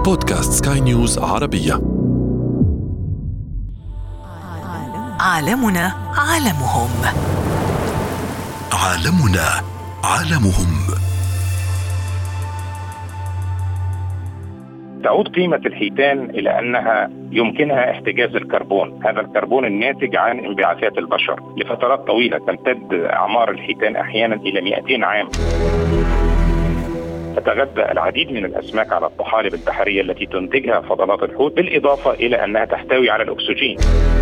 بودكاست سكاي نيوز عربية. عالمنا عالمهم. عالمنا عالمهم. تعود قيمة الحيتان إلى أنها يمكنها احتجاز الكربون، هذا الكربون الناتج عن انبعاثات البشر لفترات طويلة، تمتد أعمار الحيتان أحيانا إلى 200 عام. تتغذى العديد من الأسماك على الطحالب البحرية التي تنتجها فضلات الحوت، بالإضافة إلى أنها تحتوي على الأكسجين.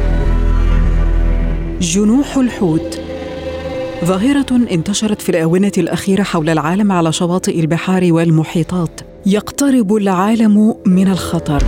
جنوح الحوت ظاهرة انتشرت في الآونة الأخيرة حول العالم على شواطئ البحار والمحيطات. يقترب العالم من الخطر.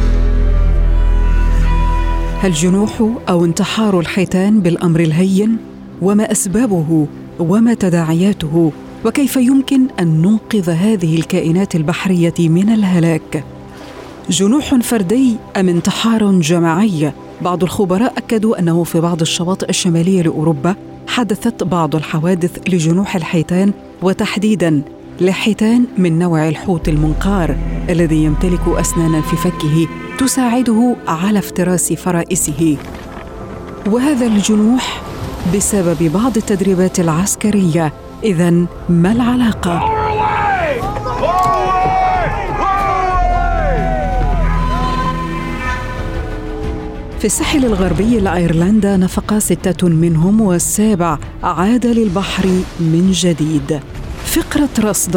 هل جنوح أو انتحار الحيتان بالأمر الهين؟ وما أسبابه وما تداعياته؟ وكيف يمكن أن ننقذ هذه الكائنات البحرية من الهلاك؟ جنوح فردي أم انتحار جماعي؟ بعض الخبراء أكدوا أنه في بعض الشواطئ الشمالية لأوروبا حدثت بعض الحوادث لجنوح الحيتان، وتحديداً لحيتان من نوع الحوت المنقار الذي يمتلك أسناناً في فكه تساعده على افتراس فرائسه. وهذا الجنوح بسبب بعض التدريبات العسكرية. إذن ما العلاقة؟ في الساحل الغربي لأيرلندا نفق 6 منهم، والسابع عاد للبحر من جديد. فقرة رصد: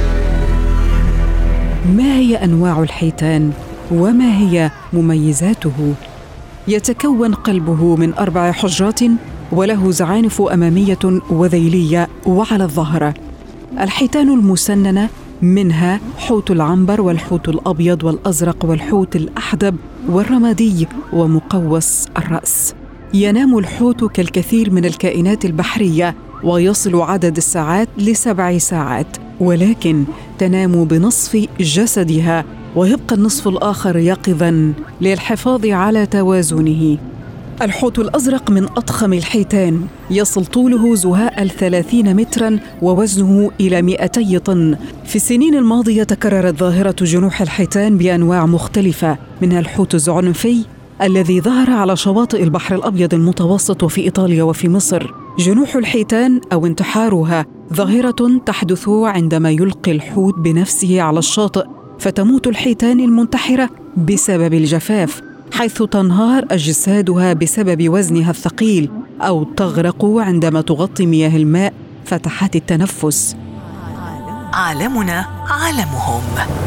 ما هي أنواع الحيتان؟ وما هي مميزاته؟ يتكون قلبه من 4 حجرات، وله زعانف أمامية وذيلية وعلى الظهر. الحيتان المسننة منها حوت العنبر والحوت الأبيض والأزرق والحوت الأحدب والرمادي ومقوس الرأس. ينام الحوت كالكثير من الكائنات البحرية، ويصل عدد الساعات ل7 ساعات، ولكن تنام بنصف جسدها، ويبقى النصف الآخر يقظاً للحفاظ على توازنه. الحوت الأزرق من أضخم الحيتان، يصل طوله زهاء 30 متراً ووزنه إلى 200 طن. في السنين الماضية تكررت ظاهرة جنوح الحيتان بأنواع مختلفة، منها الحوت الزعنفي الذي ظهر على شواطئ البحر الأبيض المتوسط وفي إيطاليا وفي مصر. جنوح الحيتان أو انتحارها ظاهرة تحدث عندما يلقي الحوت بنفسه على الشاطئ، فتموت الحيتان المنتحرة بسبب الجفاف، حيث تنهار أجسادها بسبب وزنها الثقيل، أو تغرق عندما تغطي مياه الماء فتحات التنفس. عالمنا عالمهم.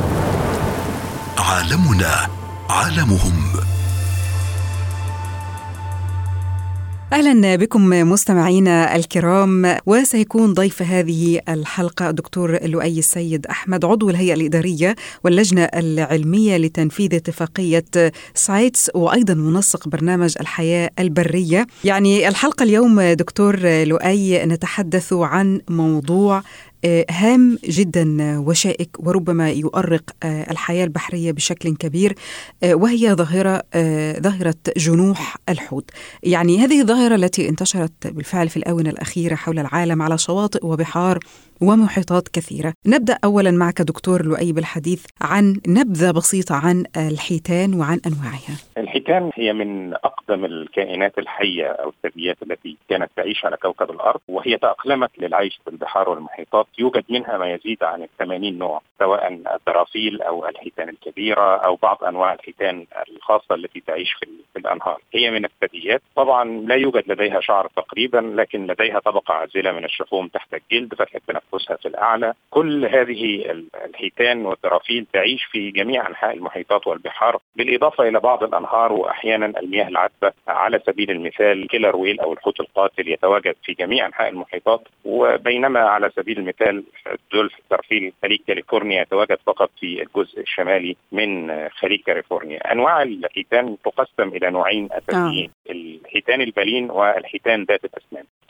عالمنا عالمهم. أهلا بكم مستمعينا الكرام، وسيكون ضيف هذه الحلقة الدكتور لؤي السيد أحمد، عضو الهيئة الإدارية واللجنة العلمية لتنفيذ اتفاقية سايتس، وأيضا منسق برنامج الحياة البرية. يعني الحلقة اليوم دكتور لؤي نتحدث عن موضوع هام جدا وشائك، وربما يؤرق الحياة البحرية بشكل كبير، وهي ظاهرة جنوح الحوت. يعني هذه الظاهرة التي انتشرت بالفعل في الآونة الأخيرة حول العالم على شواطئ وبحار ومحيطات كثيرة. نبدأ أولا معك دكتور لؤي بالحديث عن نبذة بسيطة عن الحيتان وعن أنواعها. الحيتان هي من أقدم الكائنات الحية أو الثدييات التي كانت تعيش على كوكب الأرض، وهي تأقلمت للعيش في البحار والمحيطات. يوجد منها ما يزيد عن 80 نوع، سواء الدرافيل أو الحيتان الكبيرة أو بعض أنواع الحيتان الخاصة التي تعيش في الأنهار. هي من الثدييات. طبعا لا يوجد لديها شعر تقريبا، لكن لديها طبقة عازلة من الشحوم تحت الجلد فتحب تنفسها في الأعلى. كل هذه الحيتان والدرافيل تعيش في جميع أنحاء المحيطات والبحار، بالإضافة إلى بعض الأنهار وأحيانا المياه العذبة. على سبيل المثال كيلر ويل أو الحوت القاتل يتواجد في جميع أنحاء المحيطات، وبينما على سبيل المثال دولف درفيل خليج كاليفورنيا يتواجد فقط في الجزء الشمالي من خليج كاليفورنيا. أنواع الحيتان تقسم إلى نوعين أساسيين: الحيتان البالين والحيتان ذات الأسنان.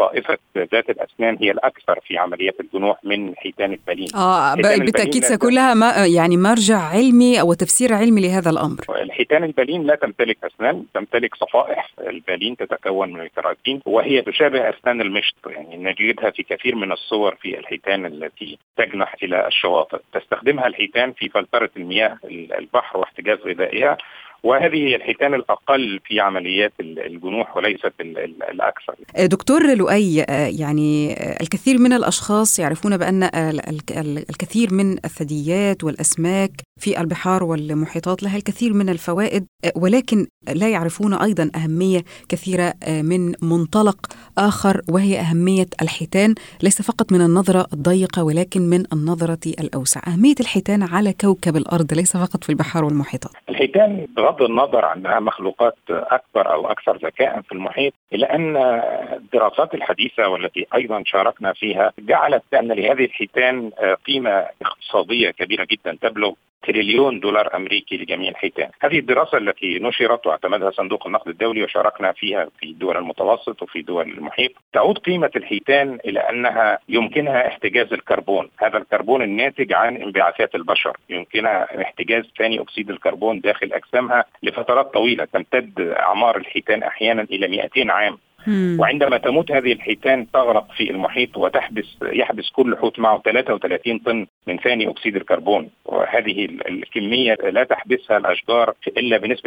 طائفة ذات الأسنان هي الأكثر في عمليات الجنوح من حيتان البلين. بالتأكيد سيكون لها يعني مرجع علمي أو تفسير علمي لهذا الأمر. الحيتان البلين لا تمتلك أسنان، تمتلك صفائح. البلين تتكون من الكراتين وهي تشابه أسنان المشط، يعني نجدها في كثير من الصور في الحيتان التي تجنح إلى الشواطئ. تستخدمها الحيتان في فلترة المياه البحر واحتجاز غذائها، وهذه هي الحيتان الأقل في عمليات الجنوح وليست الأكثر. دكتور لؤي، يعني الكثير من الأشخاص يعرفون بأن الكثير من الثدييات والأسماك في البحار والمحيطات لها الكثير من الفوائد، ولكن لا يعرفون أيضا أهمية كثيرة من منطلق آخر، وهي أهمية الحيتان ليس فقط من النظرة الضيقة ولكن من النظرة الأوسع. أهمية الحيتان على كوكب الأرض ليس فقط في البحار والمحيطات. الحيتان بغض النظر عنها مخلوقات أكبر أو أكثر ذكاء في المحيط، إلا أن الدراسات الحديثة والتي أيضا شاركنا فيها جعلت أن لهذه الحيتان قيمة اقتصادية كبيرة جدا تبلغ $1 تريليون أمريكي لجميع الحيتان. هذه الدراسة التي نشرت واعتمدها صندوق النقد الدولي وشاركنا فيها في دول المتوسط وفي دول المحيط، تعود قيمة الحيتان إلى أنها يمكنها احتجاز الكربون، هذا الكربون الناتج عن انبعاثات البشر، يمكنها احتجاز ثاني أكسيد الكربون داخل أجسامها لفترات طويلة، تمتد أعمار الحيتان أحيانا إلى 200 عام. وعندما تموت هذه الحيتان تغرق في المحيط يحبس كل حوت معه 33 طن من ثاني أكسيد الكربون، وهذه الكمية لا تحبسها الأشجار إلا بنسبة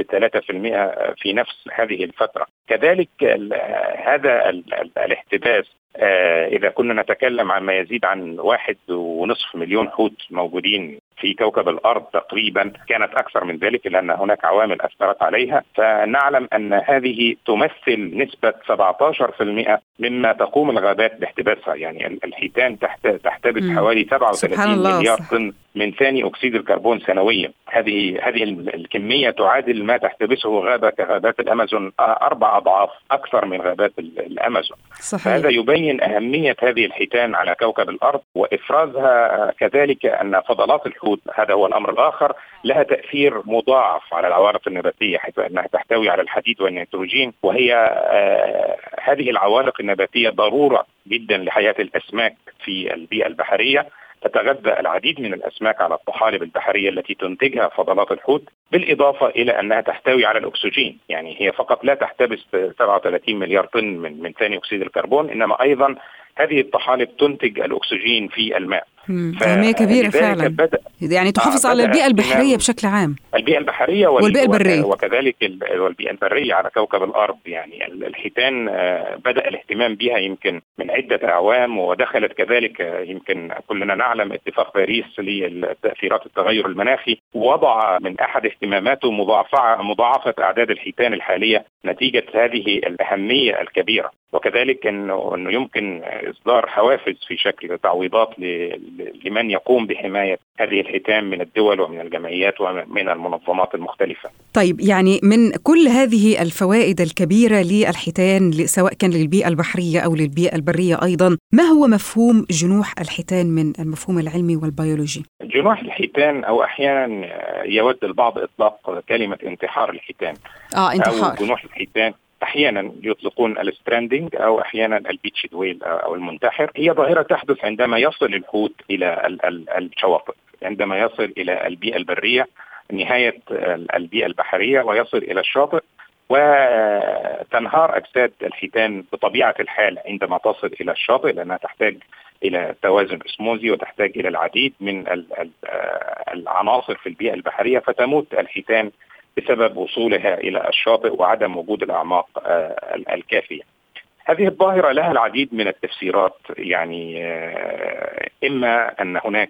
3% في نفس هذه الفترة. كذلك هذا الاحتباس، إذا كنا نتكلم عن ما يزيد عن 1.5 مليون حوت موجودين في كوكب الأرض تقريبا، كانت أكثر من ذلك لأن هناك عوامل أثرت عليها، فنعلم أن هذه تمثل نسبة 17% مما تقوم الغابات باحتباسها. يعني الحيتان تحتبس حوالي 37 مليار طن من ثاني أكسيد الكربون سنويا. هذه الكمية تعادل ما تحتبسه غابة كغابات الأمازون 4 أضعاف أكثر من غابات الأمازون. صحيح. هذا يبين أهمية هذه الحيتان على كوكب الأرض وإفرازها، كذلك أن فضلات الحوت، هذا هو الأمر الآخر، لها تأثير مضاعف على العوالق النباتية، حيث أنها تحتوي على الحديد والنيتروجين، وهي هذه العوالق النباتية ضرورة جدا لحياة الأسماك في البيئة البحرية. تتغذى العديد من الأسماك على الطحالب البحرية التي تنتجها فضلات الحوت، بالإضافة إلى أنها تحتوي على الأكسجين. يعني هي فقط لا تحتبس 37 مليار طن من ثاني أكسيد الكربون، إنما أيضا هذه الطحالب تنتج الأكسجين في الماء. أهمية كبيرة فعلا، يعني تحافظ على البيئة البحرية بشكل عام، البيئة البحرية والبيئة البرية، وكذلك والبيئة البرية على كوكب الأرض. يعني الحيتان بدأ الاهتمام بها يمكن من عدة أعوام، ودخلت كذلك يمكن كلنا نعلم اتفاق باريس لتأثيرات التغير المناخي، ووضع من أحد اهتماماته مضاعفة أعداد الحيتان الحالية نتيجة هذه الأهمية الكبيرة، وكذلك أنه يمكن إصدار حوافز في شكل تعويضات لمن يقوم بحماية هذه الحيتان من الدول ومن الجمعيات ومن المنظمات المختلفة. طيب، يعني من كل هذه الفوائد الكبيرة للحيتان سواء كان للبيئة البحرية أو للبيئة البرية أيضا، ما هو مفهوم جنوح الحيتان من المفهوم العلمي والبيولوجي؟ جنوح الحيتان، أو أحيانا يود البعض إطلاق كلمة انتحار الحيتان انتحار. أو جنوح الحيتان، أحيانا يطلقون الستراندينج أو أحيانا البيتش دويل أو المنتحر. هي ظاهرة تحدث عندما يصل الحوت إلى الشواطئ، عندما يصل إلى البيئة البرية، نهاية البيئة البحرية، ويصل إلى الشاطئ، وتنهار أجساد الحيتان بطبيعة الحال عندما تصل إلى الشاطئ، لأنها تحتاج إلى توازن اسموزي وتحتاج إلى العديد من العناصر في البيئة البحرية، فتموت الحيتان بسبب وصولها إلى الشاطئ وعدم وجود الأعماق الكافية. هذه الظاهرة لها العديد من التفسيرات، يعني إما أن هناك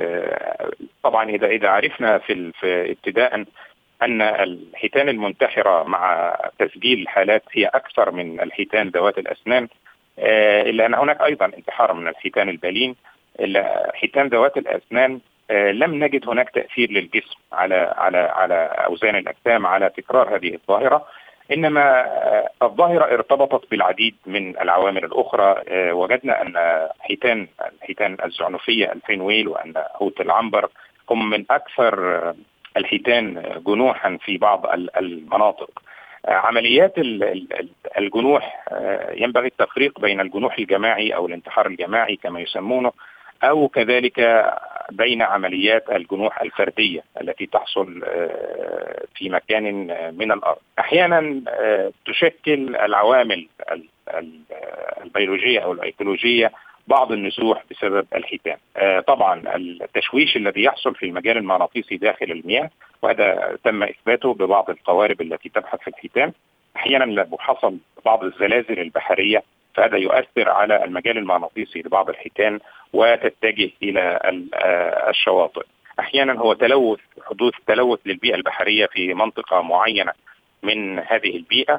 طبعا إذا عرفنا في ابتداء أن الحيتان المنتحرة مع تسجيل الحالات هي أكثر من الحيتان ذوات الأسنان، إلا أن هناك أيضا انتحار من الحيتان البالين. الحيتان ذوات الأسنان لم نجد هناك تأثير للجسم على أوزان الأجسام على تكرار هذه الظاهرة، إنما الظاهرة ارتبطت بالعديد من العوامل الأخرى. وجدنا أن الحيتان الزعنفية الفين ويل وأن حوت العنبر هم من أكثر الحيتان جنوحا في بعض المناطق. عمليات الجنوح ينبغي التفريق بين الجنوح الجماعي أو الانتحار الجماعي كما يسمونه، أو كذلك بين عمليات الجنوح الفردية التي تحصل في مكان من الأرض. أحيانا تشكل العوامل البيولوجية أو الأيكولوجية بعض النزوح بسبب الحيتان. طبعا التشويش الذي يحصل في المجال المغناطيسي داخل المياه، وهذا تم إثباته ببعض القوارب التي تبحث في الحيتان. أحيانا لو حصل بعض الزلازل البحرية فهذا يؤثر على المجال المغناطيسي لبعض الحيتان وتتجه إلى الشواطئ. أحيانا هو حدوث تلوث للبيئة البحرية في منطقة معينة من هذه البيئة،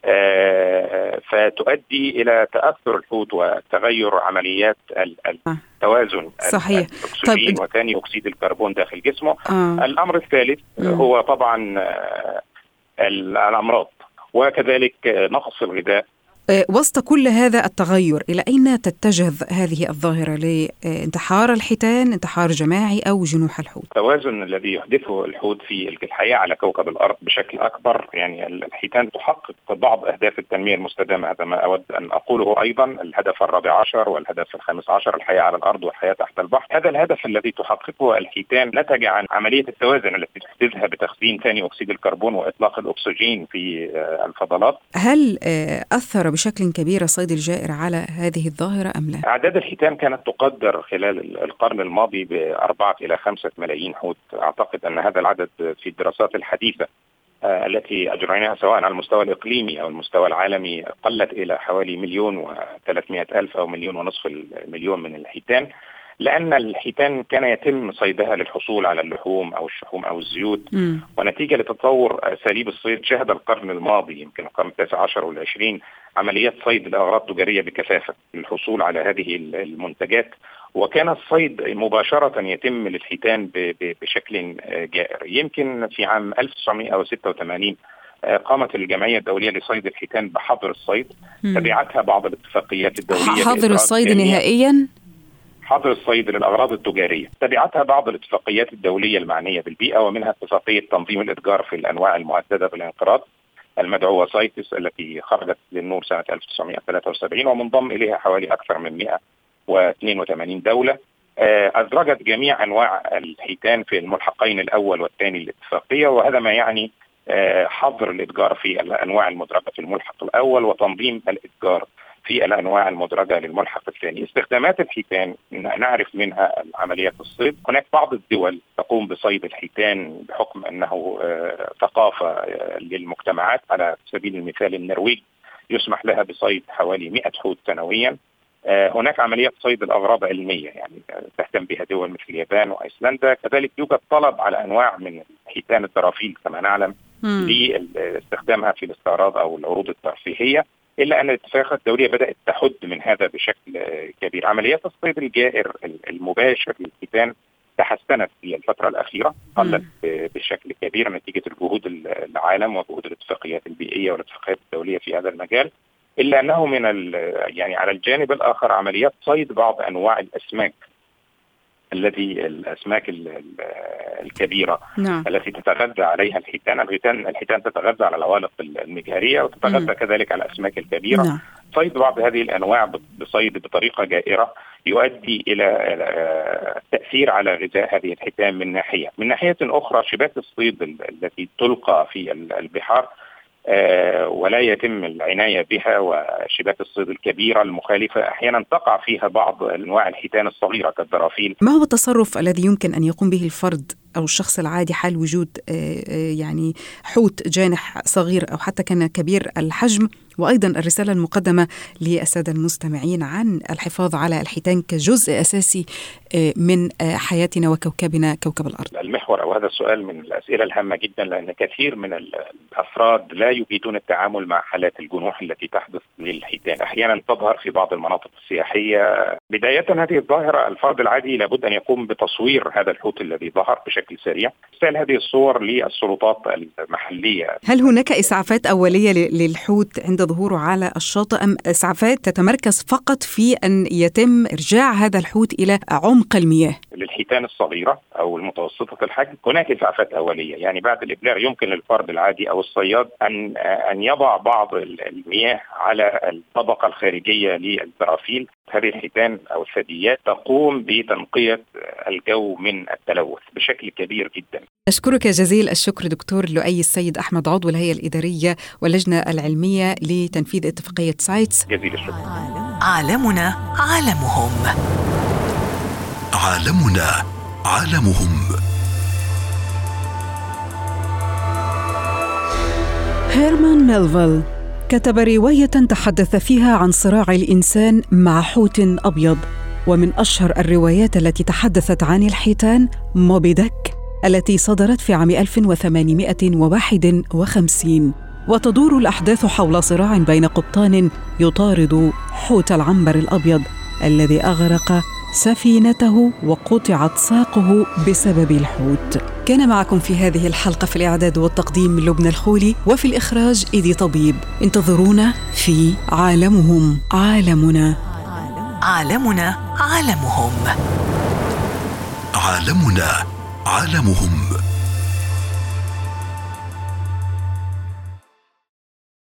فتؤدي إلى تأثر الحوت وتغير عمليات التوازن صحيح. الأكسجين وثاني أكسيد الكربون داخل جسمه. الأمر الثالث هو طبعا الأمراض وكذلك نقص الغذاء. وسط كل هذا التغير، إلى أين تتجه هذه الظاهرة لانتحار الحيتان، انتحار جماعي أو جنوح الحوت؟ التوازن الذي يحدثه الحوت في الحياة على كوكب الأرض بشكل أكبر، يعني الحيتان تحقق بعض أهداف التنمية المستدامة، هذا ما أود أن أقوله أيضا، الهدف 14 والهدف 15، الحياة على الأرض والحياة تحت البحر. هذا الهدف الذي تحققه الحيتان نتج عن عملية التوازن التي تحدثها بتخزين ثاني أكسيد الكربون وإطلاق الأكسجين في الفضلات. هل أثر بشكل كبير الصيد الجائر على هذه الظاهرة أم لا؟ أعداد الحيتان كانت تقدر خلال القرن الماضي ب4 إلى 5 ملايين حوت. أعتقد أن هذا العدد في الدراسات الحديثة التي أجريناها سواء على المستوى الإقليمي أو المستوى العالمي قلت إلى حوالي 1,300,000 أو 1,500,000 من الحيتان، لأن الحيتان كان يتم صيدها للحصول على اللحوم أو الشحوم أو الزيوت. ونتيجة لتطور أساليب الصيد شهد القرن الماضي يمكن القرن 19 وال20 عمليات صيد لأغراض تجارية بكثافة للحصول على هذه المنتجات، وكان الصيد مباشرة يتم للحيتان بشكل جائر. يمكن في عام 1986 قامت الجمعية الدولية لصيد الحيتان بحظر الصيد، تبعتها بعض الاتفاقيات الدولية. حظر الصيد نهائيا؟ حظر الصيد للأغراض التجارية تبعتها بعض الاتفاقيات الدولية المعنية بالبيئة، ومنها اتفاقية تنظيم الإتجار في الأنواع المهددة بالانقراض المدعوة سايتس التي خرجت للنور سنة 1973 ومنضم إليها حوالي أكثر من 182 دولة. أدرجت جميع أنواع الحيتان في الملحقين الأول والثاني للاتفاقية، وهذا ما يعني حظر الإتجار في الأنواع المدرجة في الملحق الأول وتنظيم الإتجار في الأنواع المدرجة للملحق الثاني. استخدامات الحيتان نعرف منها عمليات الصيد. هناك بعض الدول تقوم بصيد الحيتان بحكم أنه ثقافة للمجتمعات. على سبيل المثال النرويج يسمح لها بصيد حوالي 100 حوت سنويا. هناك عمليات صيد الأغراض علمية يعني تهتم بها دول مثل اليابان وأيسلندا. كذلك يوجد طلب على أنواع من حيتان الدرافيل كما نعلم لاستخدامها في الاستعراض أو العروض الترفيهية، إلا أن الاتفاقات الدولية بدأت تحد من هذا بشكل كبير. عمليات الصيد الجائر المباشر للحيتان تحسنت في الفترة الأخيرة، قلت بشكل كبير نتيجة الجهود العالم وجهود الاتفاقيات البيئية والاتفاقيات الدولية في هذا المجال، إلا أنه يعني على الجانب الآخر عمليات صيد بعض أنواع الأسماك الأسماك الكبيرة التي تتغذى عليها الحيتان تتغذى على العوالق المجهرية وتتغذى كذلك على الأسماك الكبيرة. صيد بعض هذه الأنواع بصيد بطريقة جائرة يؤدي إلى التأثير على غذاء هذه الحيتان من ناحية أخرى شباك الصيد التي تلقى في البحار ولا يتم العناية بها، وشباك الصيد الكبيرة المخالفة أحيانا تقع فيها بعض أنواع الحيتان الصغيرة كالدرافيل. ما هو التصرف الذي يمكن أن يقوم به الفرد أو الشخص العادي حال وجود يعني حوت جانح صغير أو حتى كان كبير الحجم؟ وأيضا الرسالة المقدمة للسادة المستمعين عن الحفاظ على الحيتان كجزء أساسي من حياتنا وكوكبنا كوكب الأرض. المحور أو هذا السؤال من الأسئلة الهامة جدا، لأن كثير من الأفراد لا يجيدون التعامل مع حالات الجنوح التي تحدث للحيتان. أحيانا تظهر في بعض المناطق السياحية. بداية هذه الظاهرة الفرد العادي لابد أن يقوم بتصوير هذا الحوت الذي ظهر بشكل بشكل سريع. ترسل هذه الصور للسلطات المحلية. هل هناك إسعافات أولية للحوت عند ظهوره على الشاطئ، أم إسعافات تتمركز فقط في أن يتم إرجاع هذا الحوت إلى عمق المياه؟ للحيتان الصغيرة أو المتوسطة الحجم هناك إسعافات أولية، يعني بعد الإبلاغ يمكن للفرد العادي أو الصياد أن يضع بعض المياه على الطبقة الخارجية للبرافيل. هذه الحيتان أو الثدييات تقوم بتنقية الجو من التلوث بشكل كبير جدا. أشكرك جزيل الشكر دكتور لؤي السيد أحمد، عضو الهيئة الإدارية واللجنة العلمية لتنفيذ اتفاقية سايتس. جزيل الشكر. عالمنا عالمهم. عالمنا عالمهم. هيرمان ميلفيل كتب رواية تحدث فيها عن صراع الإنسان مع حوت أبيض، ومن أشهر الروايات التي تحدثت عن الحيتان موبي ديك التي صدرت في عام 1851، وتدور الأحداث حول صراع بين قبطان يطارد حوت العنبر الأبيض الذي أغرق سفينته وقطعت ساقه بسبب الحوت. كان معكم في هذه الحلقة في الإعداد والتقديم لبنى الخولي، وفي الإخراج إيدي طبيب. انتظرونا في عالمهم عالمنا. عالمنا عالمهم. عالمنا عالمهم.